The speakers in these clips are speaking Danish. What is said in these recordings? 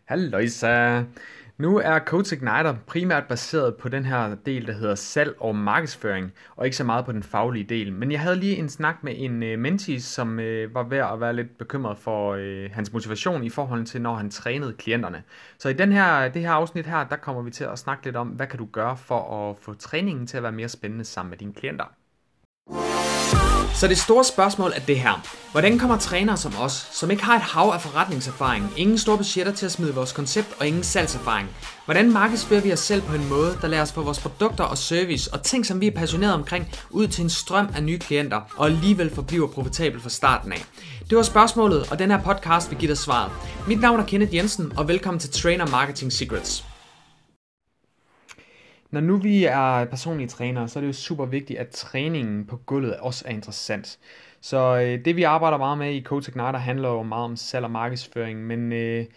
Halløjsa. Nu er Coach Igniter primært baseret på den her del, der hedder salg og markedsføring, og ikke så meget på den faglige del. Men jeg havde lige en snak med en mentee, som var ved at være lidt bekymret for hans motivation i forhold til, når han trænede klienterne. Så i det her afsnit her, der kommer vi til at snakke lidt om, hvad kan du gøre for at få træningen til at være mere spændende sammen med dine klienter. Så det store spørgsmål er det her. Hvordan kommer trænere som os, som ikke har et hav af forretningserfaring, ingen store budgetter til at smide vores koncept og ingen salgserfaring, hvordan markedsfører vi os selv på en måde, der lader os få vores produkter og service og ting, som vi er passionerede omkring, ud til en strøm af nye klienter og alligevel forbliver profitabel fra starten af? Det var spørgsmålet, og den her podcast vil give dig svaret. Mit navn er Kenneth Jensen, og velkommen til Trainer Marketing Secrets. Når nu vi er personlige trænere, så er det jo super vigtigt, at træningen på gulvet også er interessant. Så det vi arbejder meget med i Coach Igniter handler jo meget om salg og markedsføring, men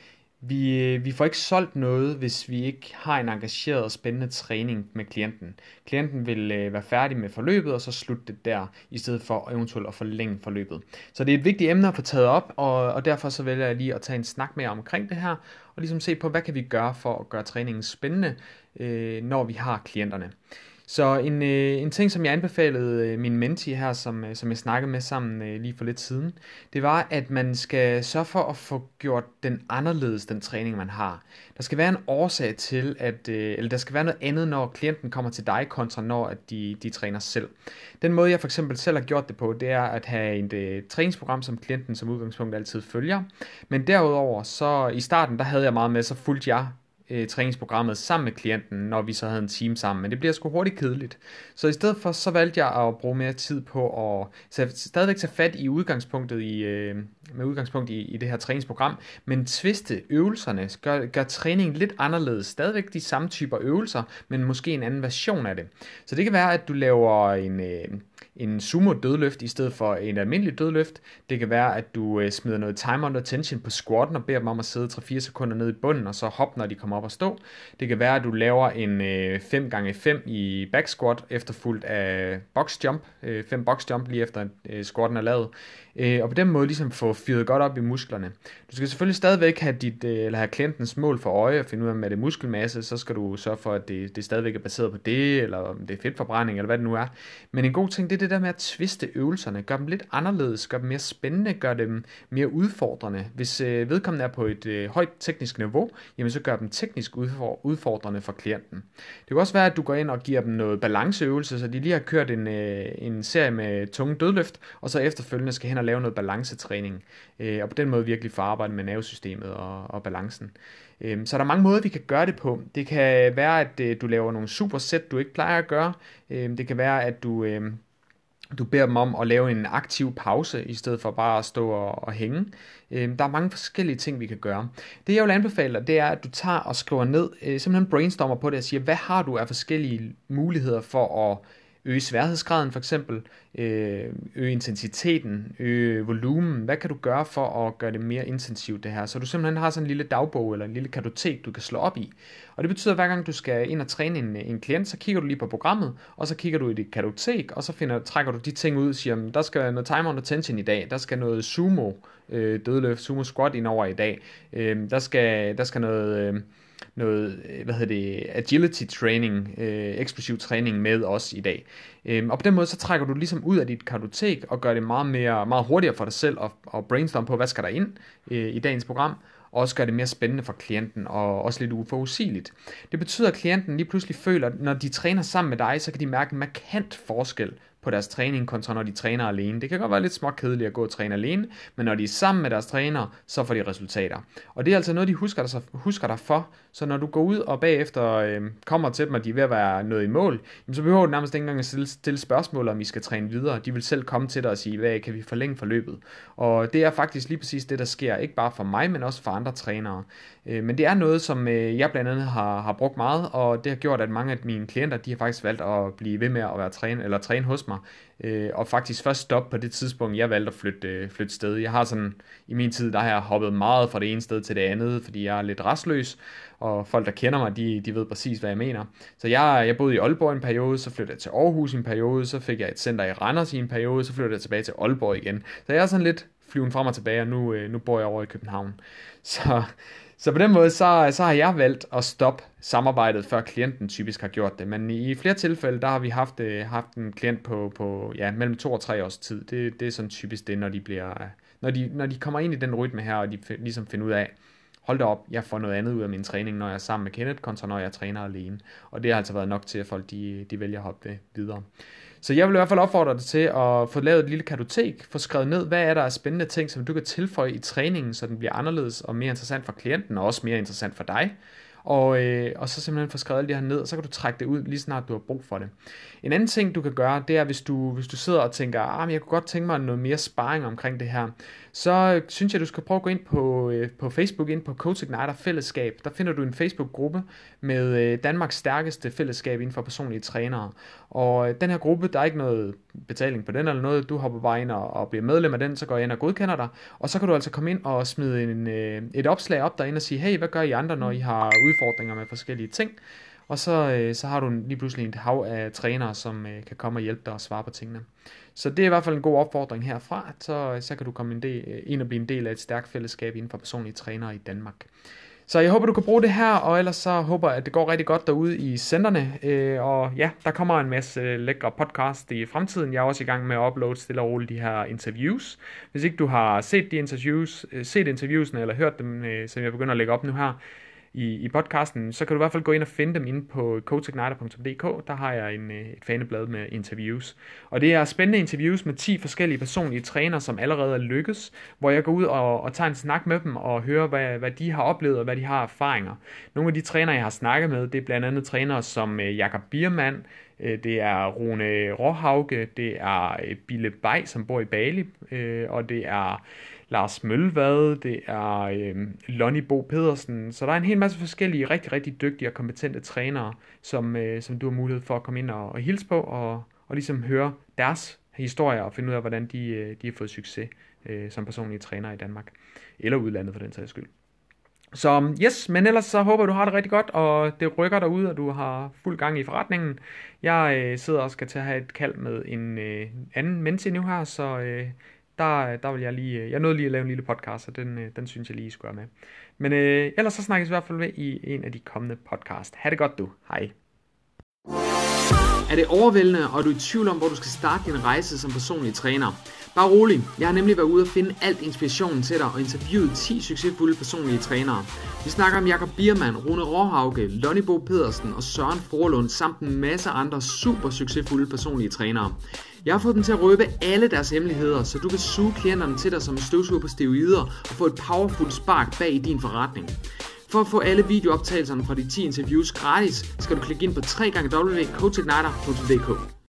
vi får ikke solgt noget, hvis vi ikke har en engageret og spændende træning med klienten. Klienten vil være færdig med forløbet, og så slutte det der, i stedet for eventuelt at forlænge forløbet. Så det er et vigtigt emne at få taget op, og derfor så vælger jeg lige at tage en snak med omkring det her, og ligesom se på, hvad kan vi gøre for at gøre træningen spændende, når vi har klienterne. Så en ting, som jeg anbefalede min mentee her, som jeg snakkede med sammen lige for lidt siden, det var, at man skal sørge for at få gjort den anderledes, den træning, man har. Der skal være en årsag til, eller der skal være noget andet, når klienten kommer til dig, kontra når at de træner selv. Den måde, jeg for eksempel selv har gjort det på, det er at have et træningsprogram, som klienten som udgangspunkt altid følger. Men derudover, så i starten, der havde jeg meget med, så fulgte jeg træningsprogrammet sammen med klienten, når vi så havde en team sammen, men det bliver sgu hurtigt kedeligt. Så i stedet for, så valgte jeg at bruge mere tid på at stadigvæk tage fat i udgangspunktet med udgangspunkt i det her træningsprogram, men tviste øvelserne, gør træningen lidt anderledes. Stadigvæk de samme typer øvelser, men måske en anden version af det. Så det kan være, at du laver en sumo dødløft i stedet for en almindelig dødløft. Det kan være, at du smider noget time under tension på squatten og beder dem om at sidde 3-4 sekunder ned i bunden, og så hoppe, når de kommer op og stå. Det kan være, at du laver en 5x5 i back squat, efterfulgt af box jump, 5 box jump lige efter squatten er lavet. Og på den måde ligesom få fyret godt op i musklerne. Du skal selvfølgelig stadigvæk have klientens mål for øje og finde ud af, om det er muskelmasse, så skal du sørge for, at det stadigvæk er baseret på det, eller om det er fedtforbrænding, eller hvad det nu er. Men en god ting, det er det der med at tviste øvelserne, gør dem lidt anderledes, gør dem mere spændende, gør dem mere udfordrende. Hvis vedkommende er på et højt teknisk niveau, jamen så gør dem teknisk udfordrende for klienten. Det kan også være, at du går ind og giver dem noget balanceøvelse, så de lige har kørt en serie med tunge dødløft, og så efterfølgende skal hen og lave noget balancetræning, og på den måde virkelig få arbejde med nervesystemet og balancen. Så der er mange måder, vi kan gøre det på. Det kan være, at du laver nogle supersæt, du ikke plejer at gøre. Det kan være, at du beder dem om at lave en aktiv pause, i stedet for bare at stå og hænge. Der er mange forskellige ting, vi kan gøre. Det jeg vil anbefale dig, det er, at du tager og skriver ned, simpelthen brainstormer på det og siger, hvad har du af forskellige muligheder for at øge sværhedsgraden for eksempel, øge intensiteten, øge volumen. Hvad kan du gøre for at gøre det mere intensivt det her? Så du simpelthen har sådan en lille dagbog eller en lille kartotek, du kan slå op i. Og det betyder, at hver gang du skal ind og træne en klient, så kigger du lige på programmet, og så kigger du i dit kartotek, og så trækker du de ting ud og siger, der skal noget time under tension i dag, der skal noget sumo dødløft, sumo squat ind over i dag, der skal noget agility training, eksplosiv træning med os i dag. Og på den måde så trækker du ligesom ud af dit kartotek og gør det meget hurtigere for dig selv at brainstorme på, hvad skal der ind i dagens program, og også gør det mere spændende for klienten og også lidt uforudsigeligt. Det betyder, at klienten lige pludselig føler, at når de træner sammen med dig, så kan de mærke en markant forskel på deres træning, kontra når de træner alene. Det kan godt være lidt småkedeligt at gå og træne alene, men når de er sammen med deres træner, så får de resultater. Og det er altså noget, de husker dig for, så når du går ud og bagefter kommer til dem, og de er ved at være nået i mål, så behøver du nærmest ikke engang at stille spørgsmål, om I skal træne videre. De vil selv komme til dig og sige, hvad kan vi forlænge forløbet? Og det er faktisk lige præcis det, der sker, ikke bare for mig, men også for andre trænere. Men det er noget, som jeg blandt andet har brugt meget, og det har gjort, at mange af mine klienter, de har faktisk valgt at blive ved med at være træne hos mig, og faktisk først stoppe på det tidspunkt, jeg valgte at flytte sted. Jeg har sådan, i min tid, der har jeg hoppet meget fra det ene sted til det andet, fordi jeg er lidt rastløs, og folk, der kender mig, de ved præcis, hvad jeg mener. Så jeg boede i Aalborg en periode, så flyttede jeg til Aarhus en periode, så fik jeg et center i Randers i en periode, så flyttede jeg tilbage til Aalborg igen. Så jeg er sådan lidt flyven frem og tilbage, og nu bor jeg over i København. Så på den måde, så har jeg valgt at stoppe samarbejdet, før klienten typisk har gjort det. Men i flere tilfælde, der har vi haft en klient på mellem 2 og 3 års tid. Det er sådan typisk det, når de kommer ind i den rytme her, og de ligesom finder ud af, hold da op, jeg får noget andet ud af min træning, når jeg er sammen med Kenneth, kontra når jeg træner alene. Og det har altså været nok til, at folk de vælger at hoppe videre. Så jeg vil i hvert fald opfordre dig til at få lavet et lille kartotek, få skrevet ned, hvad er der af spændende ting, som du kan tilføje i træningen, så den bliver anderledes og mere interessant for klienten, og også mere interessant for dig. Og så simpelthen få skrevet alt det her ned, og så kan du trække det ud lige snart du har brug for det. En anden ting du kan gøre, det er hvis du sidder og tænker, men jeg kunne godt tænke mig noget mere sparring omkring det her, så synes jeg du skal prøve at gå ind på Facebook, ind på Coach Igniter fællesskab. Der finder du en Facebook-gruppe med Danmarks stærkeste fællesskab inden for personlige trænere. Og den her gruppe, der er ikke noget betaling på den eller noget, du hopper bare ind og bliver medlem af den, så går jeg ind og godkender dig, og så kan du altså komme ind og smide et opslag op derinde og sige, hey, hvad gør I andre, når I har udfordringer med forskellige ting? Og så har du lige pludselig et hav af trænere, som kan komme og hjælpe dig og svare på tingene. Så det er i hvert fald en god opfordring herfra, så kan du komme ind og blive en del af et stærkt fællesskab inden for personlige trænere i Danmark. Så jeg håber, du kan bruge det her, og ellers så håber jeg, at det går rigtig godt derude i centerne. Og ja, der kommer en masse lækre podcast i fremtiden. Jeg er også i gang med at uploade stille og roligt de her interviews. Hvis ikke du har set interviewsene eller hørt dem, som jeg begynder at lægge op nu her i podcasten, så kan du i hvert fald gå ind og finde dem inde på coachigniter.dk. Der har jeg et faneblad med interviews. Og det er spændende interviews med 10 forskellige personlige trænere, som allerede er lykkes, hvor jeg går ud og tager en snak med dem og hører, hvad de har oplevet og hvad de har erfaringer. Nogle af de trænere, jeg har snakket med, det er blandt andet trænere som Jakob Biermann, det er Rune Råhauge, det er Bille Bay, som bor i Bali, og det er Lars Mølvad, det er Lonnie Bo Pedersen. Så der er en hel masse forskellige, rigtig, rigtig dygtige og kompetente trænere, som du har mulighed for at komme ind og hilse på, og ligesom høre deres historier og finde ud af, hvordan de har fået succes som personlige trænere i Danmark, eller udlandet for den sags skyld. Så yes, men ellers så håber du har det rigtig godt, og det rykker derude, og du har fuld gang i forretningen. Jeg sidder og skal til at have et kald med en anden menneske nu her, så der vil jeg nåede lige at lave en lille podcast, og den synes jeg lige skulle være med. Men ellers så snakkes vi i hvert fald med i en af de kommende podcast. Ha' det godt du. Hej. Er det overvældende, og er du i tvivl om, hvor du skal starte din rejse som personlig træner? Bare rolig, jeg har nemlig været ude at finde alt inspirationen til dig og interviewet 10 succesfulde personlige trænere. Vi snakker om Jakob Biermann, Rune Råhauge, Lonnie Bo Pedersen og Søren Forlund samt en masse andre super succesfulde personlige trænere. Jeg har fået dem til at røbe alle deres hemmeligheder, så du kan suge klienterne til dig som en støvsuger på steroider og få et powerful spark bag i din forretning. For at få alle videooptagelserne fra de 10 interviews gratis, skal du klikke ind på www.coachigniter.dk.